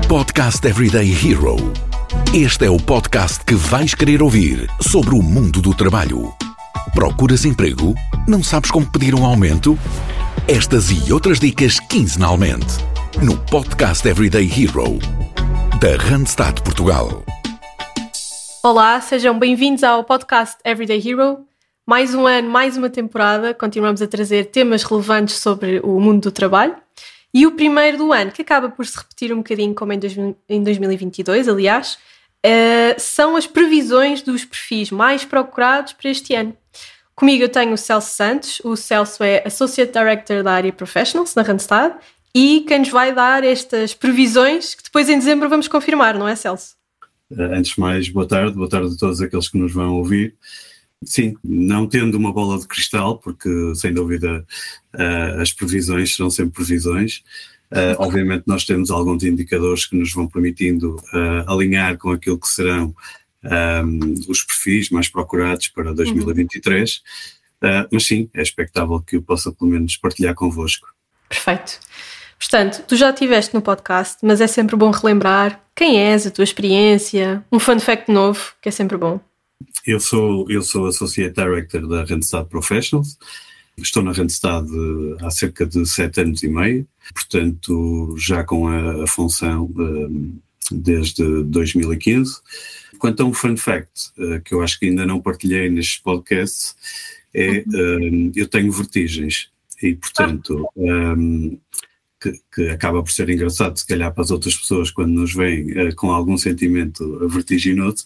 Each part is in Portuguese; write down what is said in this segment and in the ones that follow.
Podcast Everyday Hero. Este é o podcast que vais querer ouvir sobre o mundo do trabalho. Procuras emprego? Não sabes como pedir um aumento? Estas e outras dicas quinzenalmente no Podcast Everyday Hero da Randstad Portugal. Olá, sejam bem-vindos ao Podcast Everyday Hero. Mais um ano, mais uma temporada, continuamos a trazer temas relevantes sobre o mundo do trabalho. E o primeiro do ano, que acaba por se repetir um bocadinho como em 2022, aliás, são as previsões dos perfis mais procurados para este ano. Comigo eu tenho o Celso Santos. O Celso é Associate Director da área Professionals na Randstad e quem nos vai dar estas previsões que depois em dezembro vamos confirmar, não é, Celso? Antes de mais, boa tarde a todos aqueles que nos vão ouvir. Sim, não tendo uma bola de cristal, porque sem dúvida as previsões serão sempre previsões. Obviamente nós temos alguns indicadores que nos vão permitindo alinhar com aquilo que serão os perfis mais procurados para 2023, mas sim, é expectável que eu possa pelo menos partilhar convosco. Perfeito. Portanto, tu já estiveste no podcast, mas é sempre bom relembrar quem és, a tua experiência, um fun fact novo, que é sempre bom. Eu sou Associate Director da Randstad Professionals. Estou na Randstad há cerca de 7 anos e meio, portanto já com a função desde 2015. Quanto a um fun fact que eu acho que ainda não partilhei nestes podcasts, eu tenho vertigens e, portanto, que acaba por ser engraçado se calhar para as outras pessoas quando nos veem com algum sentimento vertiginoso.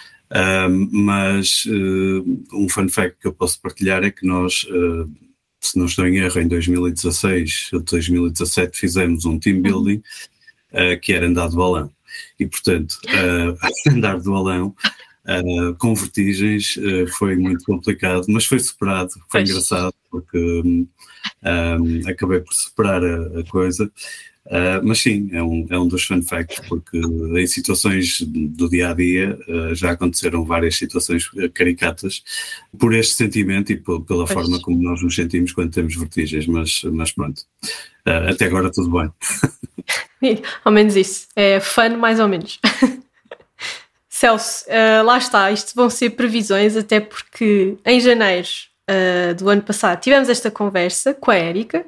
Mas um fun fact que eu posso partilhar é que nós, se não estou em erro, em 2016 ou 2017 fizemos um team building que era andar de balão. E, portanto, andar de balão com vertigens foi muito complicado, mas foi superado, foi engraçado, porque acabei por superar a coisa. Mas sim, é um dos fun facts, porque em situações do dia-a-dia já aconteceram várias situações caricatas por este sentimento e pela forma como nós nos sentimos quando temos vertigens, mas pronto, até agora tudo bem. Ao menos isso, é fun mais ou menos. Celso, lá está, isto vão ser previsões, até porque em janeiro do ano passado tivemos esta conversa com a Érica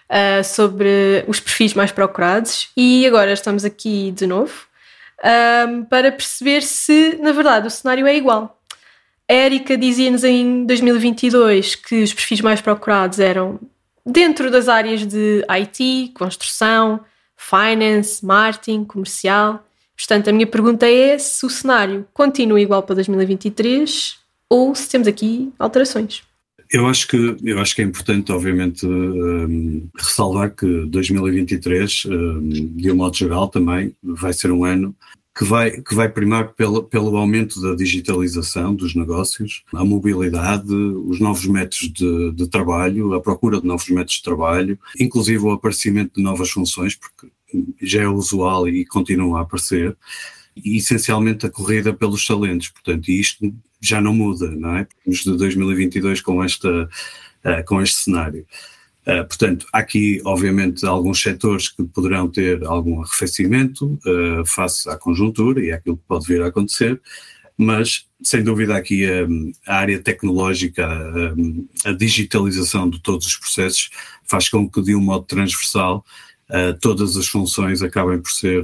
sobre os perfis mais procurados e agora estamos aqui de novo para perceber se, na verdade, o cenário é igual. A Érica dizia-nos em 2022 que os perfis mais procurados eram dentro das áreas de IT, construção, finance, marketing, comercial. Portanto, a minha pergunta é se o cenário continua igual para 2023 ou se temos aqui alterações. Eu acho que é importante, obviamente, ressalvar que 2023, de um modo geral também, vai ser um ano que vai primar pelo aumento da digitalização dos negócios, a mobilidade, os novos métodos de trabalho, a procura de novos métodos de trabalho, inclusive o aparecimento de novas funções, porque já é usual e continua a aparecer, e essencialmente a corrida pelos talentos. Portanto, isto já não muda, não é? Estamos de 2022 com este cenário. Portanto, há aqui, obviamente, alguns setores que poderão ter algum arrefecimento face à conjuntura e àquilo que pode vir a acontecer, mas, sem dúvida, aqui a área tecnológica, a digitalização de todos os processos faz com que, de um modo transversal, todas as funções acabem por ser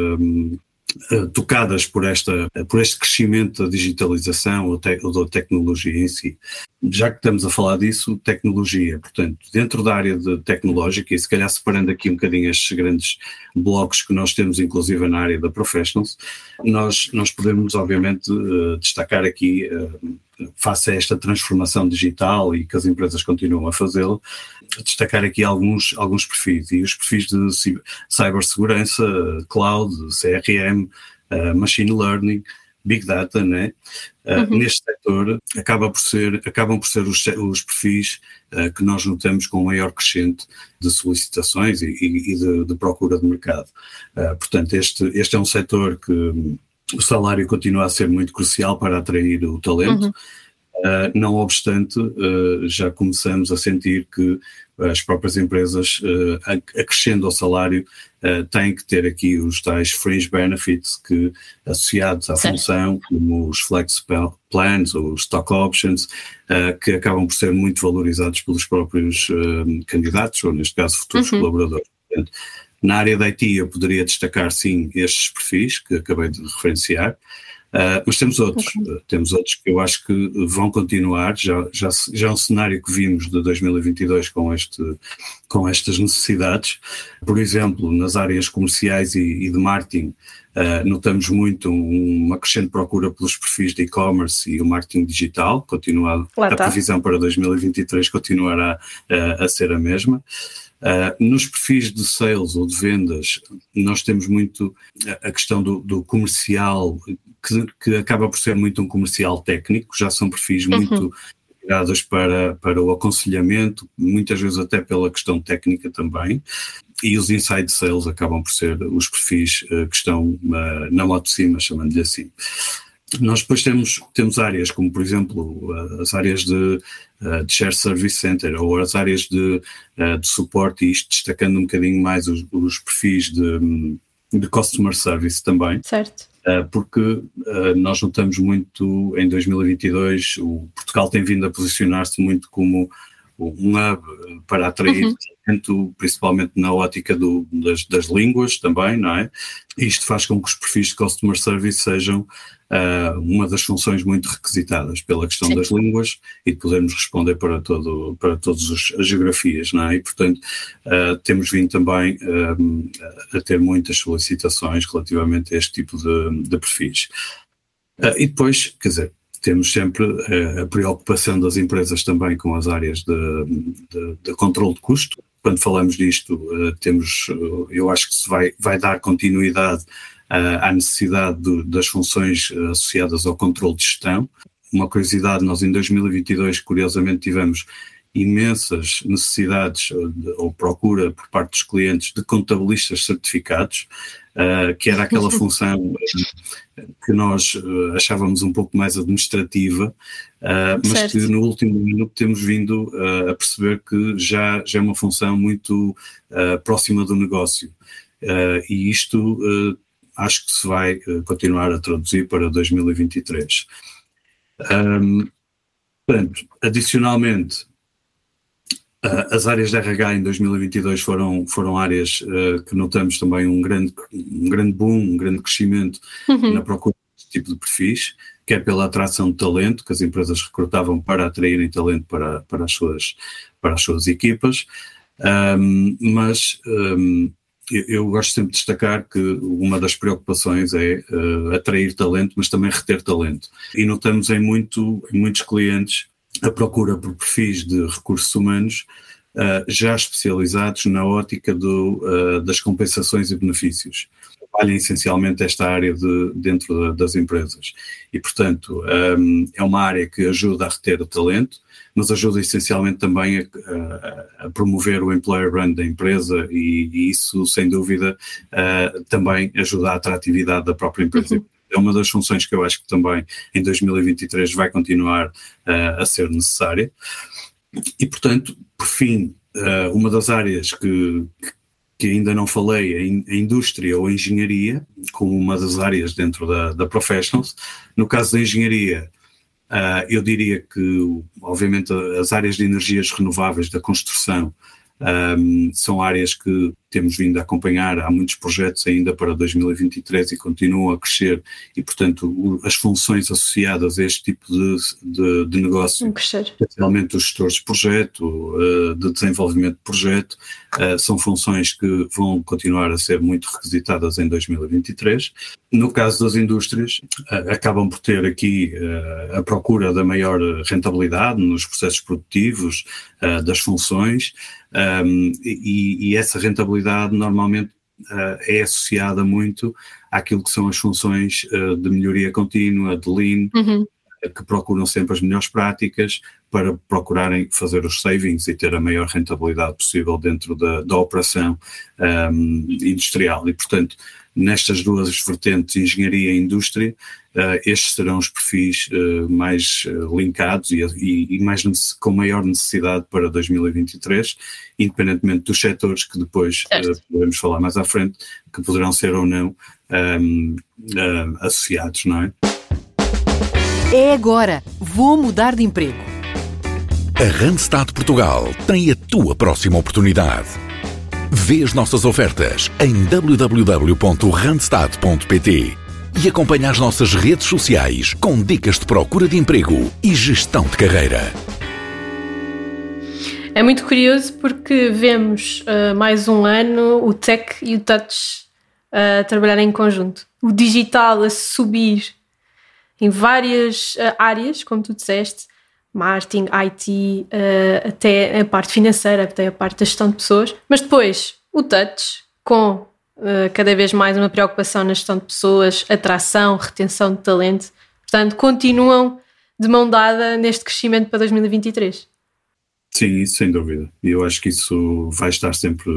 tocadas por este crescimento da digitalização ou da tecnologia em si. Já que estamos a falar disso, tecnologia, portanto, dentro da área tecnológica, e se calhar separando aqui um bocadinho estes grandes blocos que nós temos, inclusive na área da Professionals, nós podemos, obviamente, destacar aqui, face a esta transformação digital e que as empresas continuam a fazê-lo, destacar aqui alguns perfis, e os perfis de cibersegurança, cloud, CRM, machine learning, big data, né? Neste setor acabam por ser os perfis que nós notamos com maior crescente de solicitações e de procura de mercado. Portanto, este é um setor que o salário continua a ser muito crucial para atrair o talento. Não obstante, já começamos a sentir que as próprias empresas, acrescendo ao salário, têm que ter aqui os tais fringe benefits que, associados à função, como os flex plans ou os stock options, que acabam por ser muito valorizados pelos próprios candidatos, ou neste caso futuros colaboradores. Portanto, na área da IT eu poderia destacar sim estes perfis que acabei de referenciar, mas temos outros que eu acho que vão continuar, já é um cenário que vimos de 2022 com estas necessidades. Por exemplo, nas áreas comerciais e de marketing, notamos muito uma crescente procura pelos perfis de e-commerce e o marketing digital, a previsão para 2023 continuará a ser a mesma. Nos perfis de sales ou de vendas, nós temos muito a questão do comercial, que acaba por ser muito um comercial técnico, já são perfis muito virados para o aconselhamento, muitas vezes até pela questão técnica também, e os inside sales acabam por ser os perfis que estão na moto de cima, chamando-lhe assim. Nós depois temos áreas como, por exemplo, as áreas de Shared Service Center ou as áreas de suporte, e isto destacando um bocadinho mais os perfis de Customer Service também. Certo. Porque nós notamos muito em 2022, o Portugal tem vindo a posicionar-se muito como um hub para atrair talento, principalmente na ótica das línguas também, não é? Isto faz com que os perfis de Customer Service sejam uma das funções muito requisitadas pela questão das línguas e de podermos responder para todas as geografias, não é? E, portanto, temos vindo também a ter muitas solicitações relativamente a este tipo de perfis. E depois, quer dizer, temos sempre a preocupação das empresas também com as áreas de controle de custo. Quando falamos disto, eu acho que se vai dar continuidade à necessidade das funções associadas ao controle de gestão. Uma curiosidade, nós em 2022, curiosamente, tivemos imensas necessidades ou procura por parte dos clientes de contabilistas certificados, que era aquela função que nós achávamos um pouco mais administrativa, mas que no último minuto temos vindo a perceber que já é uma função muito próxima do negócio. E isto acho que se vai continuar a traduzir para 2023. Portanto, adicionalmente, as áreas de RH em 2022 foram áreas que notamos também um grande boom, um grande crescimento na procura deste tipo de perfis, quer pela atração de talento, que as empresas recrutavam para atraírem talento para as suas equipas, mas eu gosto sempre de destacar que uma das preocupações é atrair talento, mas também reter talento. E notamos em muitos clientes a procura por perfis de recursos humanos já especializados na ótica das compensações e benefícios. Trabalham essencialmente esta área dentro das empresas. E, portanto, é uma área que ajuda a reter o talento, mas ajuda essencialmente também a promover o employer brand da empresa e isso, sem dúvida, também ajuda a atratividade da própria empresa. É uma das funções que eu acho que também em 2023 vai continuar a ser necessária. E, portanto, por fim, uma das áreas que ainda não falei, a indústria ou a engenharia, como uma das áreas dentro da Professionals. No caso da engenharia, eu diria que, obviamente, as áreas de energias renováveis, da construção, são áreas que temos vindo a acompanhar. Há muitos projetos ainda para 2023 e continuam a crescer e, portanto, as funções associadas a este tipo de negócio, especialmente os gestores de projeto, de desenvolvimento de projeto, são funções que vão continuar a ser muito requisitadas em 2023. No caso das indústrias, acabam por ter aqui a procura da maior rentabilidade nos processos produtivos, das funções, e essa rentabilidade normalmente é associada muito àquilo que são as funções de melhoria contínua, de lean, que procuram sempre as melhores práticas para procurarem fazer os savings e ter a maior rentabilidade possível dentro da operação industrial. E, portanto, nestas duas vertentes, engenharia e indústria, estes serão os perfis mais linkados e com maior necessidade para 2023, independentemente dos setores que depois podemos falar mais à frente, que poderão ser ou não associados, não é? É agora. Vou mudar de emprego. A Randstad Portugal tem a tua próxima oportunidade. Vê as nossas ofertas em www.randstad.pt e acompanha as nossas redes sociais com dicas de procura de emprego e gestão de carreira. É muito curioso porque vemos mais um ano o tech e o touch a trabalhar em conjunto. O digital a subir em várias áreas, como tu disseste, marketing, IT, até a parte financeira, até a parte da gestão de pessoas, mas depois o touch com cada vez mais uma preocupação na gestão de pessoas, atração, retenção de talento. Portanto, continuam de mão dada neste crescimento para 2023. Sim, isso sem dúvida. E eu acho que isso vai estar sempre,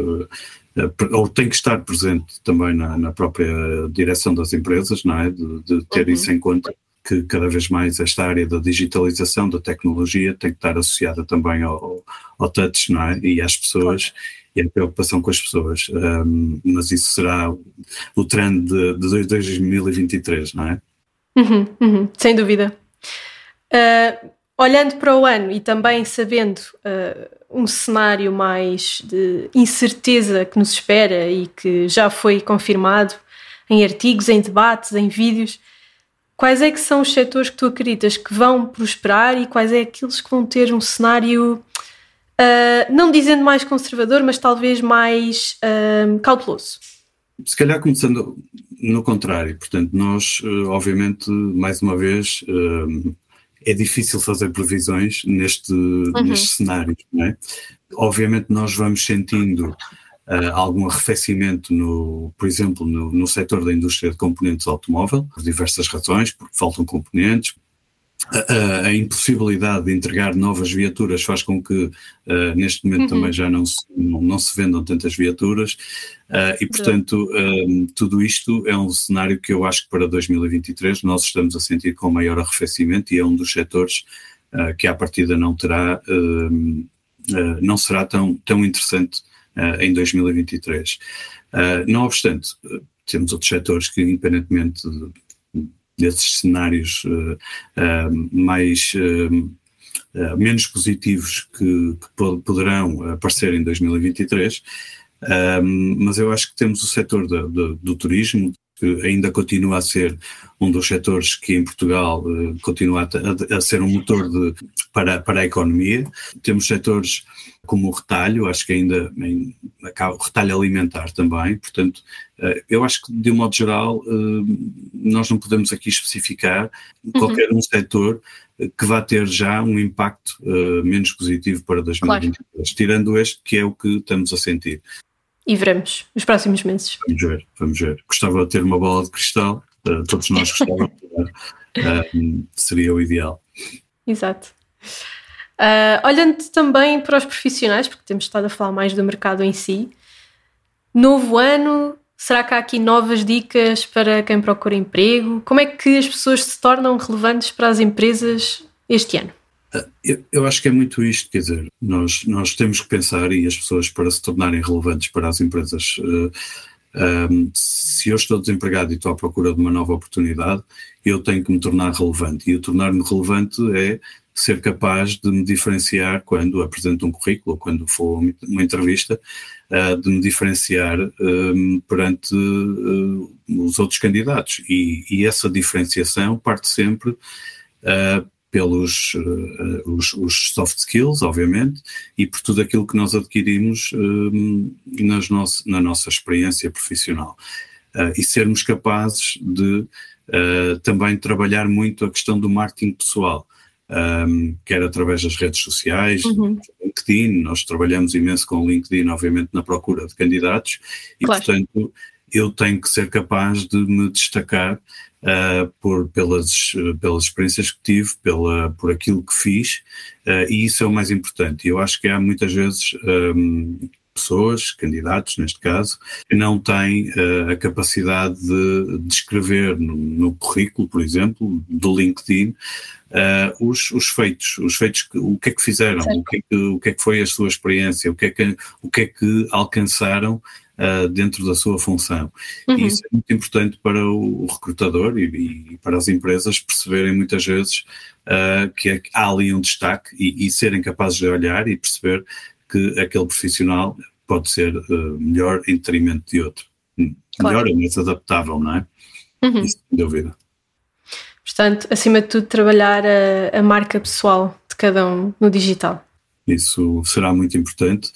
ou tem que estar presente também na própria direção das empresas, não é? De ter isso em conta, que cada vez mais esta área da digitalização, da tecnologia, tem que estar associada também ao touch, não é? E às pessoas, e a preocupação com as pessoas. Mas isso será o trend de 2023, não é? Sem dúvida. Olhando para o ano e também sabendo um cenário mais de incerteza que nos espera e que já foi confirmado em artigos, em debates, em vídeos, quais é que são os setores que tu acreditas que vão prosperar e quais é aqueles que vão ter um cenário, não dizendo mais conservador, mas talvez mais cauteloso? Se calhar começando no contrário. Portanto, nós, obviamente, mais uma vez... é difícil fazer previsões nestes cenários, não é? Obviamente nós vamos sentindo algum arrefecimento, por exemplo, no setor da indústria de componentes automóvel, por diversas razões, porque faltam componentes. A impossibilidade de entregar novas viaturas faz com que neste momento também já não se vendam tantas viaturas e, portanto, tudo isto é um cenário que eu acho que para 2023 nós estamos a sentir com maior arrefecimento e é um dos setores que à partida não será tão interessante em 2023. Não obstante, temos outros setores que, independentemente desses cenários menos positivos que poderão aparecer em 2023, mas eu acho que temos o setor do turismo, que ainda continua a ser um dos setores que em Portugal continua a ser um motor para a economia. Temos setores como o retalho, acho que ainda o retalho alimentar também, portanto, eu acho que de um modo geral nós não podemos aqui especificar qualquer um setor que vá ter já um impacto menos positivo para 2023, tirando este que é o que estamos a sentir. E veremos nos próximos meses. Vamos ver. Gostava de ter uma bola de cristal, todos nós gostávamos, seria o ideal. Exato. Olhando também para os profissionais, porque temos estado a falar mais do mercado em si, novo ano, será que há aqui novas dicas para quem procura emprego? Como é que as pessoas se tornam relevantes para as empresas este ano? Eu acho que é muito isto, quer dizer, nós temos que pensar, e as pessoas para se tornarem relevantes para as empresas, se eu estou desempregado e estou à procura de uma nova oportunidade, eu tenho que me tornar relevante, e o tornar-me relevante é ser capaz de me diferenciar quando apresento um currículo ou quando for uma entrevista, de me diferenciar perante os outros candidatos, e essa diferenciação parte sempre pelos os soft skills, obviamente, e por tudo aquilo que nós adquirimos na nossa experiência profissional. E sermos capazes de também trabalhar muito a questão do marketing pessoal, quer através das redes sociais, LinkedIn, nós trabalhamos imenso com o LinkedIn, obviamente, na procura de candidatos, e, claro, portanto, eu tenho que ser capaz de me destacar pelas experiências que tive, por aquilo que fiz, e isso é o mais importante. Eu acho que há muitas vezes pessoas, candidatos neste caso, que não têm a capacidade de descrever no currículo, por exemplo, do LinkedIn, os feitos, o que é que fizeram, o que é que foi a sua experiência, o que é que alcançaram dentro da sua função. E isso é muito importante para o recrutador e para as empresas perceberem muitas vezes que há ali um destaque e serem capazes de olhar e perceber que aquele profissional pode ser melhor em detrimento de outro. Claro. Melhor e mais adaptável, não é? Isso, sem dúvida. Portanto, acima de tudo, trabalhar a marca pessoal de cada um no digital. Isso será muito importante.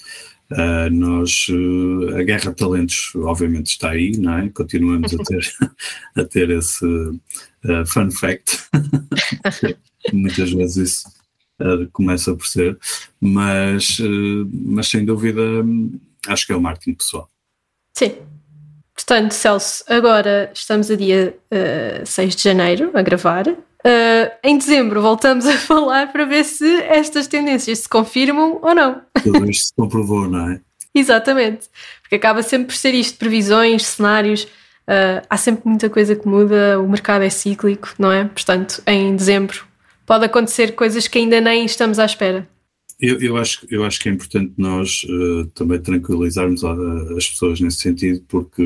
A guerra de talentos obviamente está aí, não é? Continuamos a ter esse fun fact. Muitas vezes isso começa por ser, mas sem dúvida acho que é o marketing pessoal. Sim. Portanto, Celso, agora estamos a dia 6 de janeiro a gravar. Em dezembro voltamos a falar para ver se estas tendências se confirmam ou não. Tudo isto se comprovou, não é? Exatamente, porque acaba sempre por ser isto, previsões, cenários, há sempre muita coisa que muda, o mercado é cíclico, não é? Portanto, em dezembro pode acontecer coisas que ainda nem estamos à espera. Eu acho que é importante nós também tranquilizarmos as pessoas nesse sentido, porque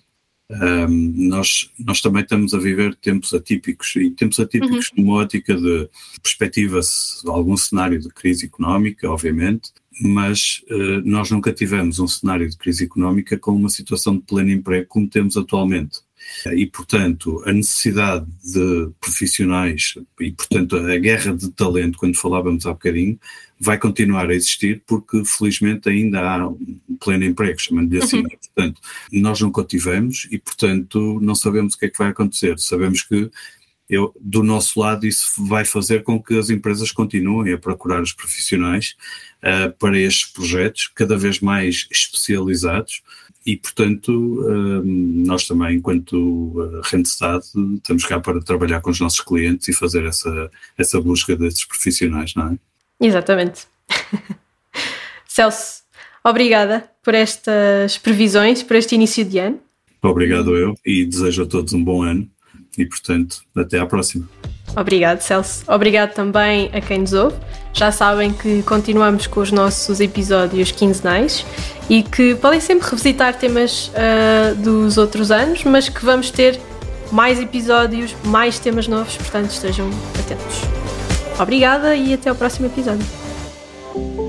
nós também estamos a viver tempos atípicos, e tempos atípicos numa ótica de perspectiva-se algum cenário de crise económica, obviamente, mas nós nunca tivemos um cenário de crise económica com uma situação de pleno emprego como temos atualmente. E, portanto, a necessidade de profissionais e, portanto, a guerra de talento, quando falávamos há bocadinho, vai continuar a existir porque, felizmente, ainda há um pleno emprego, chamando-lhe assim. Portanto, nós nunca o tivemos e, portanto, não sabemos o que é que vai acontecer. Sabemos que, do nosso lado, isso vai fazer com que as empresas continuem a procurar os profissionais para estes projetos cada vez mais especializados. E, portanto, nós também, enquanto Randstad, estamos cá para trabalhar com os nossos clientes e fazer essa busca desses profissionais, não é? Exatamente. Celso, obrigada por estas previsões, por este início de ano. Obrigado eu e desejo a todos um bom ano e, portanto, até à próxima. Obrigado, Celso. Obrigado também a quem nos ouve. Já sabem que continuamos com os nossos episódios quinzenais e que podem sempre revisitar temas dos outros anos, mas que vamos ter mais episódios, mais temas novos, portanto estejam atentos. Obrigada e até ao próximo episódio.